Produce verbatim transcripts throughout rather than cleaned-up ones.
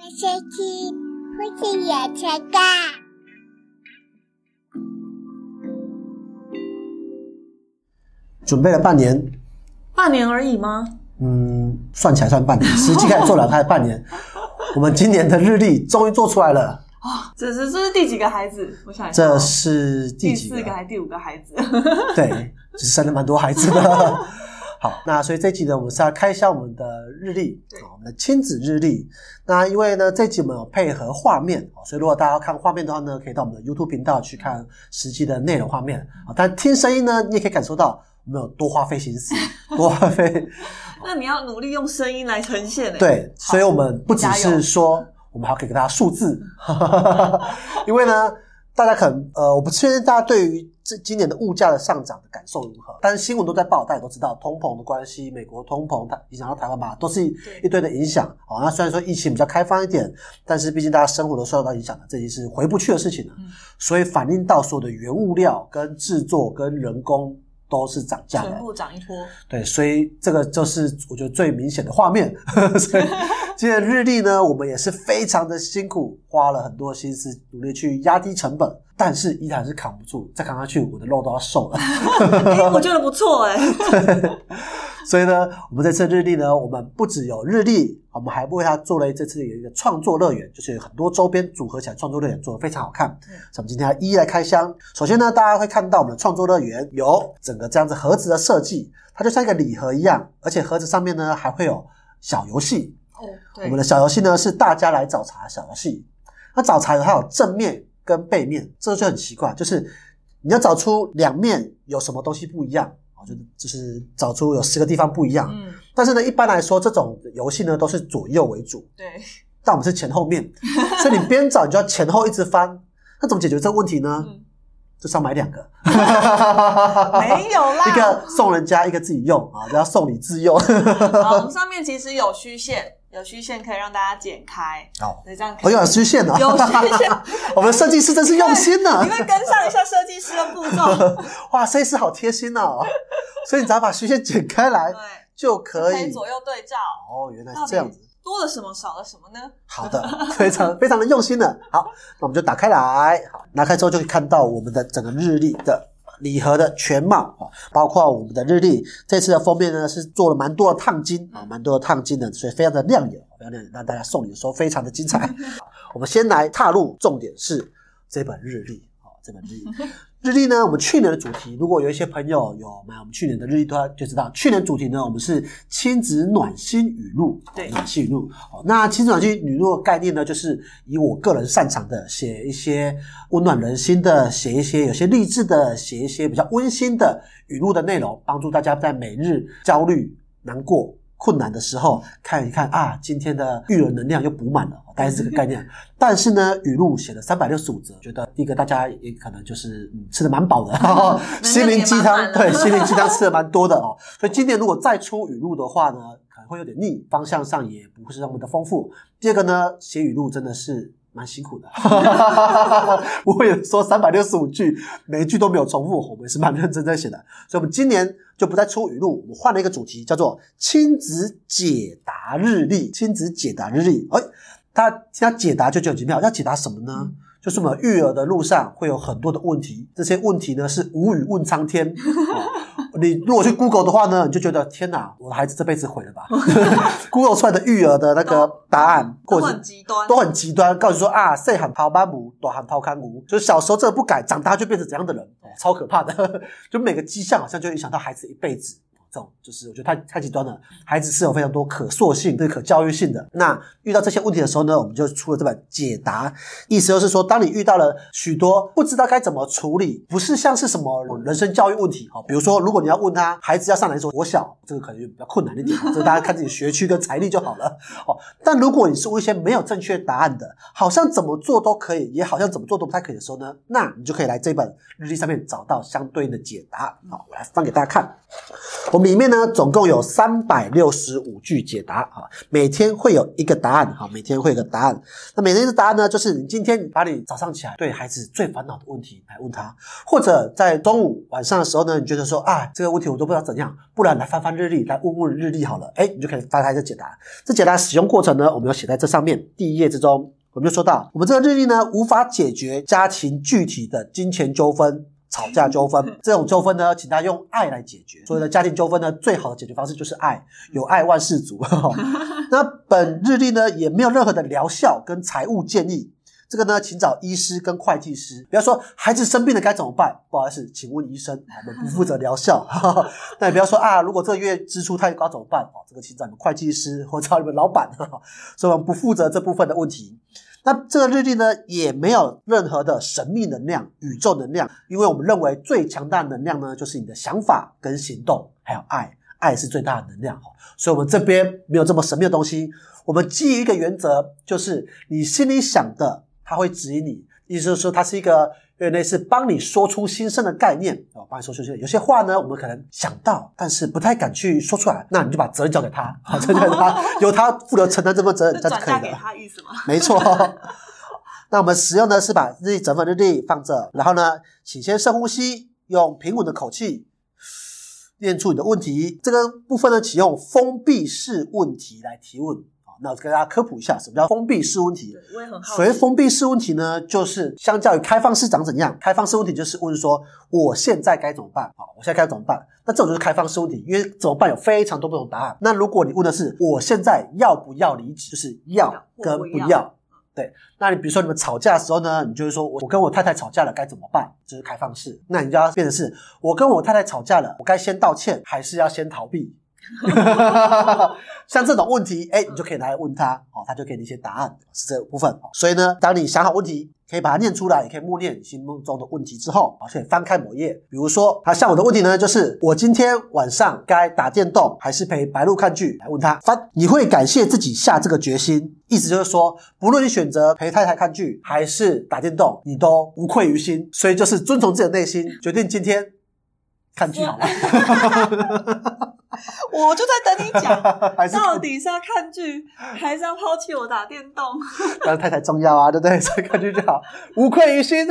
收听父亲野成的准备了半年， 半年而已吗？ 嗯，算起来算半年，实际开始做了才半年。我们今年的日历终于做出来了。 哦，这是这是第几个孩子？我想一下， 这是第几个？ 第四个还是第五个孩子？ 对，只是生了蛮多孩子的。好，那所以这一集呢，我们是要开箱我们的日历，我们的亲子日历。那因为呢，这一集我们有配合画面，所以如果大家要看画面的话呢，可以到我们的 YouTube 频道去看实际的内容画面。但听声音呢，你也可以感受到我们有多花费心思，多花费。 那你要努力用声音来呈现欸。 对，所以我们不只是说，我们还要给大家数字，因为呢，大家可能呃，我不确定大家对于这今年的物价的上涨的感受如何，但是新闻都在报，大家都知道通膨的关系，美国通膨它影响到台湾嘛，都是一堆的影响。好，那虽然说疫情比较开放一点，但是毕竟大家生活都受到影响的，这已经是回不去的事情了。嗯、所以反映到所有的原物料跟制作跟人工都是涨价的， 全部涨一波。 对，所以这个就是我觉得最明显的画面。所以今天的日历呢，我们也是非常的辛苦，花了很多心思，努力去压低成本，但是依然是扛不住，再扛下去，我的肉都要瘦了。 欸、我觉得不错哎、欸。 所以呢，我们这次日历呢，我们不只有日历，我们还为它做了这次有一个创作乐园，就是有很多周边组合起来创作乐园，做得非常好看。嗯、所以我们今天要一一来开箱。首先呢，大家会看到我们的创作乐园有整个这样子盒子的设计，它就像一个礼盒一样，而且盒子上面呢还会有小游戏。哦，对，我们的小游戏呢是大家来找茬的小游戏。那找茬它有正面跟背面，这就很奇怪，就是你要找出两面有什么东西不一样。就是找出有十个地方不一样，嗯，但是呢，一般来说这种游戏呢都是左右为主， 对， 但我们是前后面，所以你边找你就要前后一直翻，那怎么解决这个问题呢？嗯，就是要买两个， 没有啦， 一个送人家，一个自己用啊，要送礼自用。 好，我们上面其实有虚线。有虚线可以让大家剪开， 哦， 所以这样可以。 哦，有虚线哦， 有虚线， 我们的设计师真是用心呢、啊。 你会跟上一下设计师的步骤。 哇，设计师好贴心哦，所以你只要把虚线剪开来，对，就可以， 可以左右对照。 哦，原来是这样子。 多了什么，少了什么呢？ 好的，非常非常的用心的。好，那我们就打开来，好，拿开之后就可以看到我们的整个日历的礼盒的全貌，包括我们的日历。这次的封面呢是做了蛮多的烫金啊，蛮多的烫金的，所以非常的亮眼，非常亮眼，让大家送礼的时候非常的精彩。我们先来踏入重点是这本日历，好，这本日历。日历呢，我们去年的主题，如果有一些朋友有买我们去年的日历，都就知道，去年主题呢，我们是亲子暖心语录，对，暖心语录。好，那亲子暖心语录的概念呢，就是以我个人擅长的，写一些温暖人心的，写一些有些励志的，写一些比较温馨的语录的内容，帮助大家在每日焦虑、难过、困难的时候看一看啊，今天的育儿能量又补满了，大概是这个概念。但是呢，语录写了三百六十五则，觉得第一个大家也可能就是嗯吃得蛮饱的，心灵鸡汤，对，心灵鸡汤吃得蛮多的哦。所以今年如果再出语录的话呢，可能会有点腻，方向上也不是那么的丰富。第二个呢，写语录真的是蛮辛苦的，不会说三百六十五句每一句都没有重复，我们也是蛮认真在写的。所以我们今年就不再出语录，我们换了一个主题，叫做亲子解答日历。亲子解答日历，哎，大家听到解答就觉得很奇妙，要解答什么呢？嗯，就是我们育儿的路上会有很多的问题，这些问题呢是无语问苍天。哦，你如果去 Google 的话呢，你就觉得天哪，我的孩子这辈子毁了吧。Google 出来的育儿的那个答案都很极端， 都很极端，告诉说啊，细汉抛班母，大汉抛康母，就是小时候这个不改，长大就变成怎样的人，哦，超可怕的。就每个迹象好像就影响到孩子一辈子。这种就是我觉得太太极端了，孩子是有非常多可塑性、对可教育性的。那遇到这些问题的时候呢，我们就出了这本解答，意思就是说，当你遇到了许多不知道该怎么处理，不是像是什么人生教育问题，比如说如果你要问他孩子要上哪一所国小，这个可能比较困难一点，这个大家看自己学区跟财力就好了。但如果你是问一些没有正确答案的，好像怎么做都可以，也好像怎么做都不太可以的时候呢，那你就可以来这本日历上面找到相对应的解答。好，我来翻给大家看。我我们里面呢总共有三百六十五句解答啊，每天会有一个答案啊，每天会有一个答案。那每天的答案呢，就是你今天把你早上起来对孩子最烦恼的问题来问他，或者在中午晚上的时候呢，你觉得说啊这个问题我都不知道怎样，不然来翻翻日历，来问问日历好了，诶你就可以翻开这解答。这解答使用过程呢，我们有写在这上面第一页之中。我们就说到，我们这个日历呢，无法解决家庭具体的金钱纠纷、吵架纠纷，这种纠纷呢，请大家用爱来解决。所以呢，家庭纠纷呢，最好的解决方式就是爱，有爱万事足。那本日历呢，也没有任何的疗效跟财务建议。这个呢，请找医师跟会计师。比方说，孩子生病了该怎么办？不好意思，请问医生，我们不负责疗效。那也不要说啊，如果这个月支出太高怎么办？哦，这个请找你们会计师或找你们老板。所以我们不负责这部分的问题。那这个日历呢，也没有任何的神秘能量、宇宙能量，因为我们认为最强大的能量呢，就是你的想法跟行动，还有爱，爱是最大的能量。所以我们这边没有这么神秘的东西，我们基于一个原则，就是你心里想的，它会指引你，意思就是说它是一个有点类似帮你说出心声的概念哦，帮你说出心声。有些话呢，我们可能想到，但是不太敢去说出来，那你就把责任交给他，好，责任交给他，由他负责承担这份责任，这样就可以了。 转嫁给他意思吗？ 没错。那我们使用的是把日历整本日历放着，然后呢，请先深呼吸，用平稳的口气念出你的问题。这个部分呢，请用封闭式问题来提问。那我跟大家科普一下，什么叫封闭式问题？ 我也很好奇。 所谓封闭式问题呢，就是相较于开放式长怎样？开放式问题就是问说，我现在该怎么办？好，我现在该怎么办？那这种就是开放式问题，因为怎么办有非常多不同答案。那如果你问的是我现在要不要离职，就是要跟不要。对，那你比如说你们吵架的时候呢，你就会说我跟我太太吵架了该怎么办？这是开放式。那你就要变成是我跟我太太吵架了，我该先道歉还是要先逃避？像这种问题，哎，你就可以来问他，哦，他就给你一些答案，是这个部分。所以呢，当你想好问题，可以把它念出来，也可以默念你心目中的问题之后，而且翻开某页。比如说，他像我的问题呢，就是我今天晚上该打电动还是陪白鹿看剧？来问他，翻你会感谢自己下这个决心，意思就是说，不论你选择陪太太看剧还是打电动，你都无愧于心。所以就是遵从自己的内心，决定今天看剧好了。 我就在等你讲，到底是要看剧，还是要抛弃我打电动？ 但是太太重要啊，对不对？所以看剧就好，无愧于心。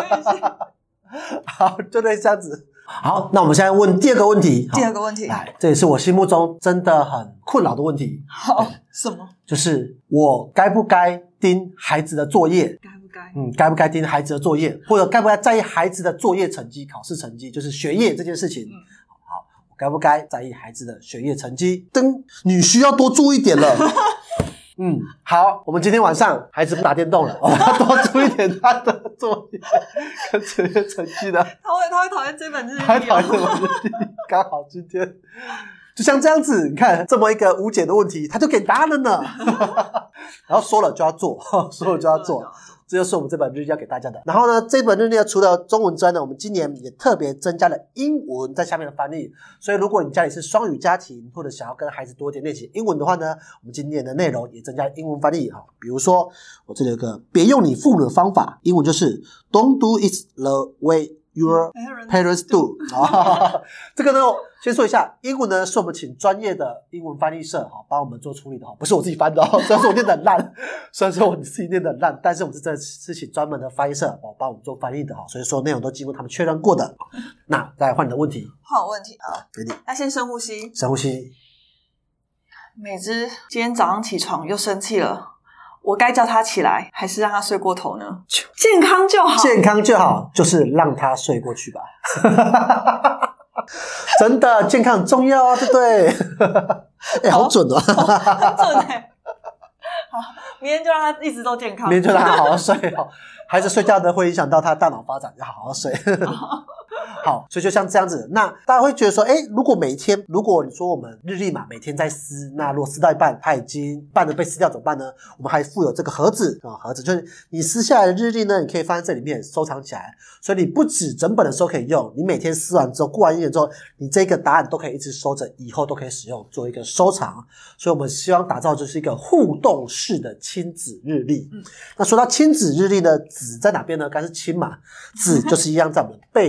好，就类似这样子。好，那我们现在问第二个问题。 第二个问题， 来，这也是我心目中真的很困扰的问题。 好，什么？ 就是我该不该盯孩子的作业？ 该不该？ 嗯，该不该盯孩子的作业，或者该不该在意孩子的作业成绩、考试成绩，就是学业这件事情？嗯。该不该在意孩子的学业成绩？等女婿要多注意点了。嗯，好，我们今天晚上孩子不打电动了，我们要多注意点他的作业跟学业成绩的。 他会，他会讨厌这本日历、哦， 他会讨厌这本日历。刚好今天就像这样子，你看这么一个无解的问题，他就给答案了呢。然后说了就要做，说了就要做。这就是我们这本日历要给大家的。然后呢，这本日历呢，除了中文之外呢，我们今年也特别增加了英文在下面的翻译。所以如果你家里是双语家庭，或者想要跟孩子多一点练习英文的话呢，我们今年的内容也增加了英文翻译。比如说，我这里有个别用你父母的方法，英文就是 Don't do it the way your parents do。这个呢，先说一下，英文呢是我们请专业的英文翻译社帮我们做处理的，不是我自己翻的哦。虽然说我念得很烂，虽然说我自己念得很烂，但是我们是真的是请专门的翻译社帮我们做翻译的，所以说内容都经过他们确认过的。那再来换你的问题， 换我问题啊， 给你。 那先深呼吸， 深呼吸。 美芝今天早上起床又生气了。我该叫他起来，还是让他睡过头呢？健康就好， 健康就好，就是让他睡过去吧。真的，健康很重要啊，对不对？哎、欸，好准哦， 很准哎、欸。好，明天就让他一直都健康， 明天就让他好好睡哦。孩子睡觉呢，会影响到他大脑发展，要好好睡。好，所以就像这样子，那大家会觉得说，诶，如果每一天，如果你说我们日历嘛，每天在撕，那如果撕到一半，它已经半的被撕掉怎么办呢？我们还附有这个盒子啊、哦，盒子就是你撕下来的日历呢，你可以放在这里面收藏起来，所以你不止整本的时候可以用，你每天撕完之后，过完一年之后，你这个答案都可以一直收着，以后都可以使用，做一个收藏。所以我们希望打造就是一个互动式的亲子日历。嗯，那说到亲子日历呢，子在哪边呢？该是亲嘛，子就是一样在我们背面啊。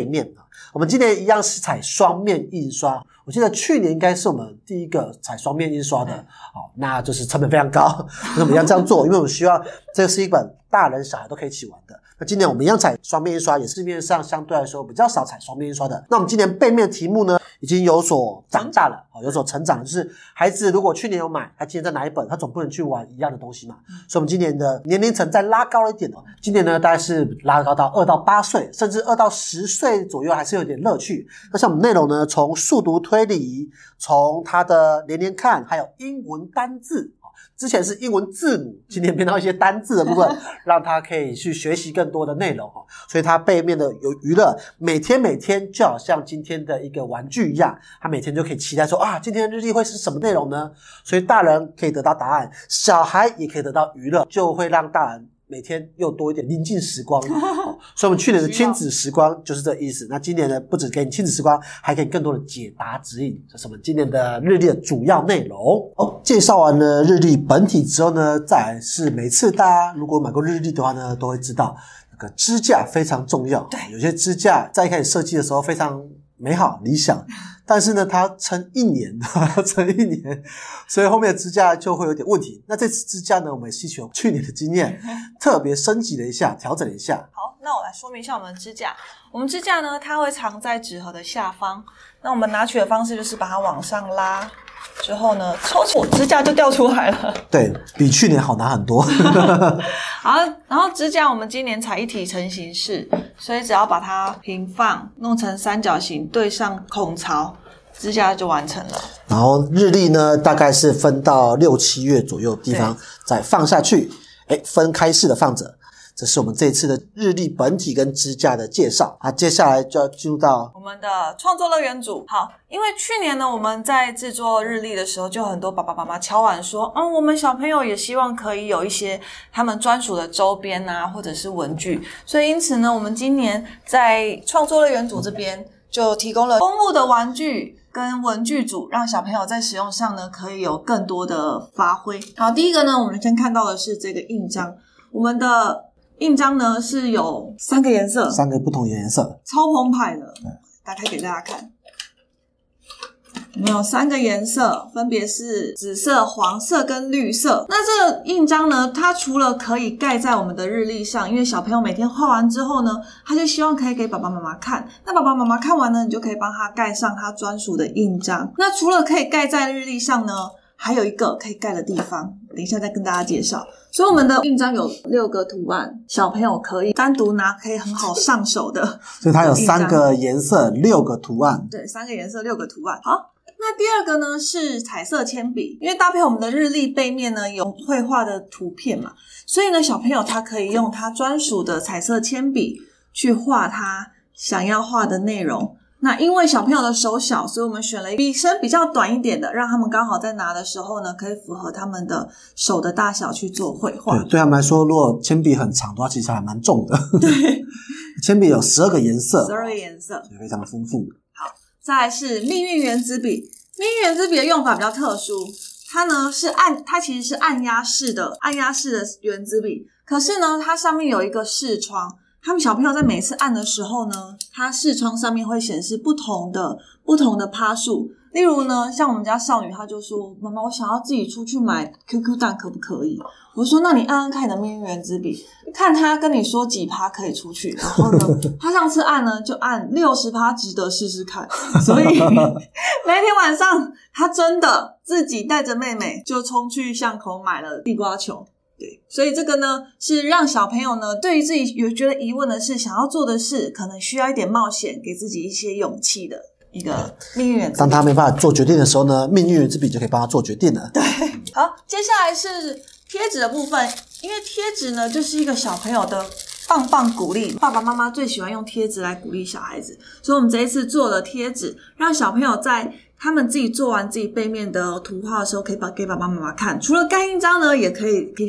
我们今年一样是采双面印刷，我记得去年应该是我们第一个采双面印刷的，好，那就是成本非常高，那我们一样这样做，因为我们需要这是一本大人小孩都可以一起玩的。那今年我们一样采双面印刷，也是市面上相对来说比较少采双面印刷的。那我们今年背面的题目呢，已经有所长大了，有所成长了，就是孩子如果去年有买，他今年再拿一本，他总不能去玩一样的东西嘛。所以我们今年的年龄层再拉高了一点哦，今年呢大概是拉高到二到八岁，甚至二到十岁左右，还是有点乐趣。那像我们内容呢，从速读推理，从他的连连看，还有英文单字。之前是英文字母，今天变到一些单字的部分，让他可以去学习更多的内容，所以他背面的有娱乐，每天每天就好像今天的一个玩具一样，他每天就可以期待说啊，今天的日历会是什么内容呢？所以大人可以得到答案，小孩也可以得到娱乐，就会让大人每天又多一点宁静时光、哦、所以我们去年的亲子时光就是这意思。那今年呢，不只给你亲子时光，还给你更多的解答指引，这是我们今年的日历的主要内容。哦，介绍完了日历本体之后呢，再来是每次大家如果买过日历的话呢，都会知道那个支架非常重要。对，有些支架在一开始设计的时候非常美好理想，但是呢它撑一年撑一年，所以后面的支架就会有点问题。那这次支架呢，我们也吸取去年的经验，特别升级了一下，调整了一下。 好，那我来说明一下我们的支架。我们支架呢，它会藏在纸盒的下方，那我们拿取的方式就是把它往上拉之后呢，抽起支架就掉出来了。 对，比去年好拿很多。 好，然后支架我们今年采一体成型式，所以只要把它平放，弄成三角形，对上孔槽，支架就完成了。 然后日历呢，大概是分到六七月左右的地方再放下去，诶，分开式的放着。这是我们这一次的日历本体跟支架的介绍啊，接下来就要进入到我们的创作乐园组。好，因为去年呢，我们在制作日历的时候，就很多爸爸妈妈敲碗说，嗯，我们小朋友也希望可以有一些他们专属的周边啊，或者是文具，所以因此呢，我们今年在创作乐园组这边就提供了丰富的玩具跟文具组，让小朋友在使用上呢可以有更多的发挥。好，第一个呢，我们先看到的是这个印章，我们的印章呢是有三个颜色， 三个不同颜色， 超澎湃的，打开给大家看。我们有三个颜色，分别是紫色、黄色跟绿色。那这个印章呢，它除了可以盖在我们的日历上，因为小朋友每天画完之后呢，他就希望可以给爸爸妈妈看。那爸爸妈妈看完呢，你就可以帮他盖上他专属的印章。那除了可以盖在日历上呢，还有一个可以盖的地方，等一下再跟大家介绍。所以我们的印章有六个图案，小朋友可以单独拿，可以很好上手的。 所以它有三个颜色，六个图案。 对，三个颜色，六个图案。好，那第二个呢是彩色铅笔，因为搭配我们的日历背面呢有绘画的图片嘛，所以呢小朋友他可以用他专属的彩色铅笔去画他想要画的内容。那因为小朋友的手小，所以我们选了笔身比较短一点的，让他们刚好在拿的时候呢，可以符合他们的手的大小去做绘画。 对，对他们来说，如果铅笔很长的话，其实还蛮重的。对，铅笔有十二个颜色， 十二个颜色， 非常丰富。 好，再来是命运原子笔。命运原子笔的用法比较特殊，它呢是按，它其实是按压式的，按压式的原子笔，可是呢，它上面有一个视窗。他们小朋友在每次按的时候呢，它视窗上面会显示不同的不同的趴数。例如呢，像我们家少女，她就说：“妈妈，我想要自己出去买 Q Q 蛋，可不可以？”我说：“那你按按看你的命运原子笔，看他跟你说几趴可以出去。”然后呢，他上次按呢就按六十趴，值得试试看。所以那天晚上，他真的自己带着妹妹就冲去巷口买了地瓜球。对，所以这个呢是让小朋友呢对于自己有觉得疑问的事，想要做的事，可能需要一点冒险，给自己一些勇气的一个命运原子笔。 当他没办法做决定的时候呢，命运原子笔就可以帮他做决定了。 对，好，接下来是贴纸的部分，因为贴纸呢就是一个小朋友的棒棒鼓励，爸爸妈妈最喜欢用贴纸来鼓励小孩子，所以我们这一次做了贴纸，让小朋友在他们自己做完自己背面的图画的时候，可以把给爸爸妈妈看。除了盖印章呢，也可以贴贴纸。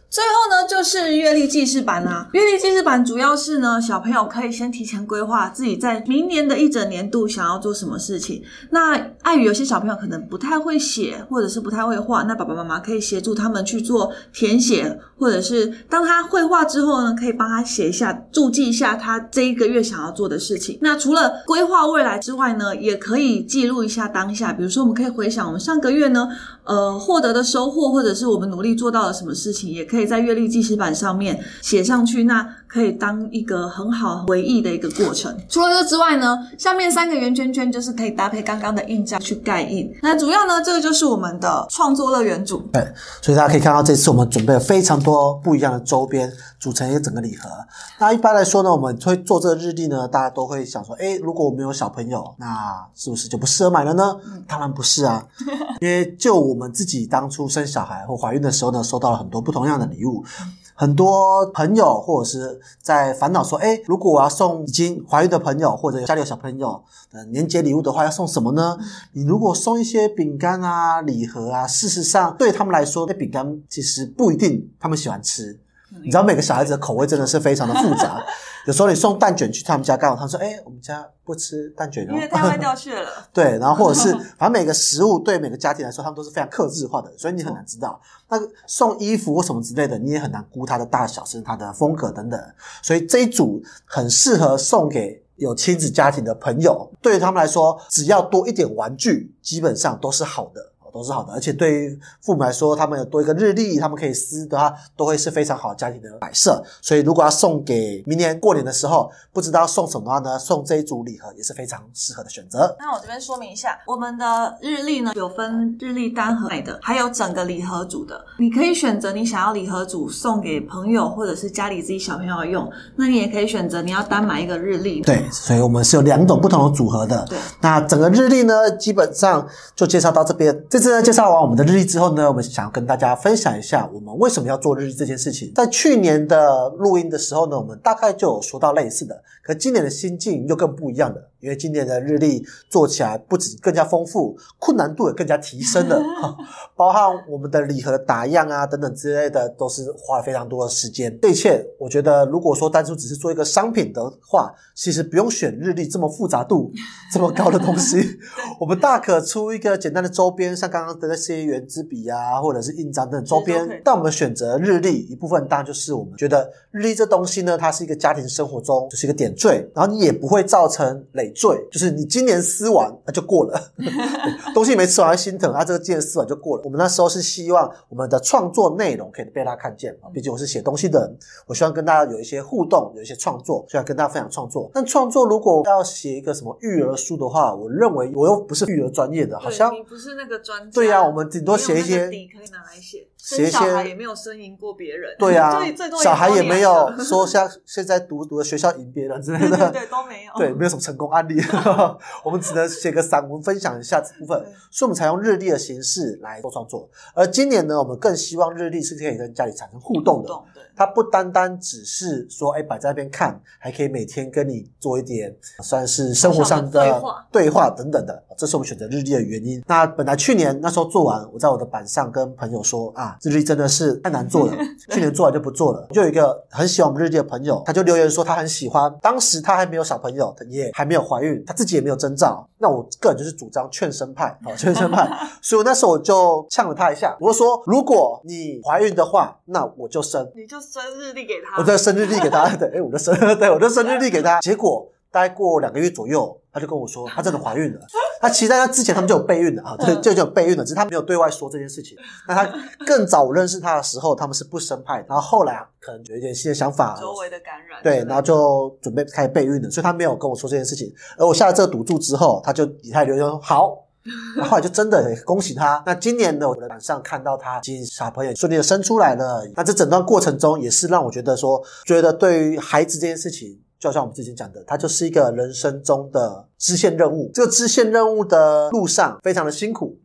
最后呢，就是月历记事版啊。月历记事版主要是呢，小朋友可以先提前规划自己在明年的一整年度想要做什么事情。那碍于有些小朋友可能不太会写，或者是不太会画，那爸爸妈妈可以协助他们去做填写，或者是当他会画之后呢，可以帮他写一下，注记一下他这一个月想要做的事情。那除了规划未来之外呢，也可以记录一下当下。比如说，我们可以回想我们上个月呢，呃，获得的收获，或者是我们努力做到了什么事情，也可以可以在月历记事板上面写上去，那可以当一个很好回忆的一个过程。除了这之外呢，下面三个圆圈圈就是可以搭配刚刚的印章去盖印。那主要呢，这个就是我们的创作乐园组。 对，所以大家可以看到这次我们准备了非常多不一样的周边组成一个整个礼盒。那一般来说呢，我们会做这个日历呢，大家都会想说，诶，如果我们有小朋友，那是不是就不适合买了呢？嗯、当然不是啊，因为就我们自己当初生小孩或怀孕的时候呢，收到了很多不同样的礼物。很多朋友或者是在烦恼说，诶，如果我要送已经怀孕的朋友或者家里有小朋友的年节礼物的话，要送什么呢？你如果送一些饼干啊、礼盒啊，事实上对他们来说，那饼干其实不一定他们喜欢吃。你知道每个小孩子的口味真的是非常的复杂。有时候你送蛋卷去他们家刚好，他们说，诶，我们家不吃蛋卷哦， 因为太会掉屑了。 对，然后或者是反正每个食物对每个家庭来说，他们都是非常客制化的，所以你很难知道。那送衣服或什么之类的，你也很难估它的大小，甚至它的风格等等。所以这一组很适合送给有亲子家庭的朋友，对于他们来说，只要多一点玩具，基本上都是好的。都是好的，而且对于父母来说，他们有多一个日历，他们可以撕的话，都会是非常好的家庭的摆设。所以如果要送给明年过年的时候，不知道送什么的话呢，送这一组礼盒也是非常适合的选择。 那我这边说明一下，我们的日历呢有分日历单盒买的，还有整个礼盒组的。你可以选择你想要礼盒组送给朋友或者是家里自己小朋友用，那你也可以选择你要单买一个日历。 对，所以我们是有两种不同的组合的。 对， 那整个日历呢，基本上就介绍到这边。这次呢介绍完我们的日历之后呢，我们想要跟大家分享一下我们为什么要做日历这件事情。在去年的录音的时候呢，我们大概就有说到类似的，可今年的心境又更不一样了，因为今年的日历做起来不止更加丰富，困难度也更加提升了包含我们的礼盒的打样啊等等之类的，都是花了非常多的时间。这一切我觉得如果说单纯只是做一个商品的话，其实不用选日历这么复杂度这么高的东西我们大可出一个简单的周边，像刚刚的那些圆珠笔啊或者是印章等等周边。但我们选择日历一部分当然就是我们觉得日历这东西呢，它是一个家庭生活中就是一个点缀，然后你也不会造成累赘，就是你今年撕完那就过了东西没吃完还心疼，啊这个今年撕完就过了。我们那时候是希望我们的创作内容可以被大家看见，毕竟我是写东西的人，我希望跟大家有一些互动，有一些创作，希望跟大家分享创作。但创作如果要写一个什么育儿书的话，我认为我又不是育儿专业的，好像你不是那个专家。 对啊，我们顶多写一些底可以拿来写， 写一些小孩也没有呻吟过别人。 对啊， 最多小孩也没有说像现在读读的学校赢别人之类的， 对对对，都没有， 对，没有什么成功案例我们只能写个散文分享一下这部分，所以我们才用日历的形式来做创作。而今年呢，我们更希望日历是可以跟家里产生互动的，它不单单只是说哎摆在那边看，还可以每天跟你做一点算是生活上的对话对话等等的，这是我们选择日历的原因。那本来去年那时候做完，我在我的板上跟朋友说啊，日历真的是太难做了去年做完就不做了。就有一个很喜欢我们日历的朋友，他就留言说他很喜欢，当时他还没有小朋友，也还没有怀孕，他自己也没有征兆。那我个人就是主张劝生派，好劝生派所以我那时候我就呛了他一下，我就说如果你怀孕的话，那我就生， 你就生日历给他， 我就生日历给他对，诶我就生对，我就生日历给他。结果大概过两个月左右，他就跟我说他真的怀孕了。他其实在他之前他们就有备孕了啊，对，就就有备孕了，只是他没有对外说这件事情。那他更早我认识他的时候，他们是不生派的，然后后来可能有一点新的想法， 周围的感染， 对，然后就准备开始备孕了，所以他没有跟我说这件事情。而我下了这个赌注之后，他就以他留言说好。然后后来就真的恭喜他。那今年呢，我在晚上看到他已经小朋友顺利的生出来了。那这整段过程中也是让我觉得说，觉得对于孩子这件事情，就像我们之前讲的，它就是一个人生中的支线任务。这个支线任务的路上非常的辛苦，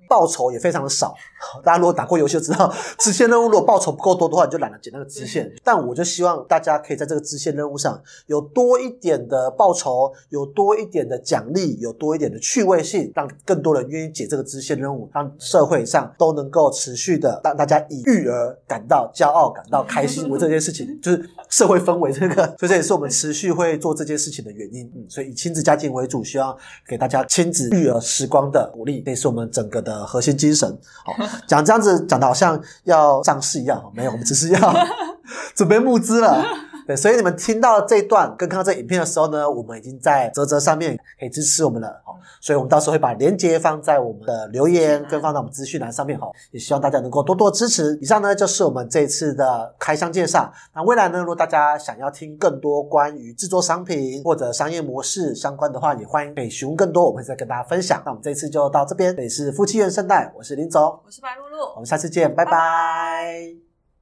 报酬也非常的少。大家如果打过游戏就知道，支线任务如果报酬不够多的话，你就懒得捡那个支线。但我就希望大家可以在这个支线任务上有多一点的报酬，有多一点的奖励，有多一点的趣味性，让更多人愿意解这个支线任务，让社会上都能够持续的让大家以育儿感到骄傲，感到开心为这件事情，就是社会氛围这个，所以这也是我们持续会做这件事情的原因。嗯，所以以亲子家庭为主，希望给大家亲子育儿时光的鼓励，这也是我们整个的核心精神。好，讲这样子讲的好像要上市一样，没有，我们只是要准备募资了。对，所以你们听到这一段跟看到这影片的时候呢，我们已经在嘖嘖上面可以支持我们了。好，所以我们到时候会把连结放在我们的留言跟放在我们资讯栏上面。好，也希望大家能够多多支持。以上呢就是我们这一次的开箱介绍。那未来呢，如果大家想要听更多关于制作商品或者商业模式相关的话，也欢迎可以询问更多，我们会再跟大家分享。那我们这一次就到这边，这里是夫妻原声带，我是林总， 我是白露露， 我们下次见，拜拜。 拜拜。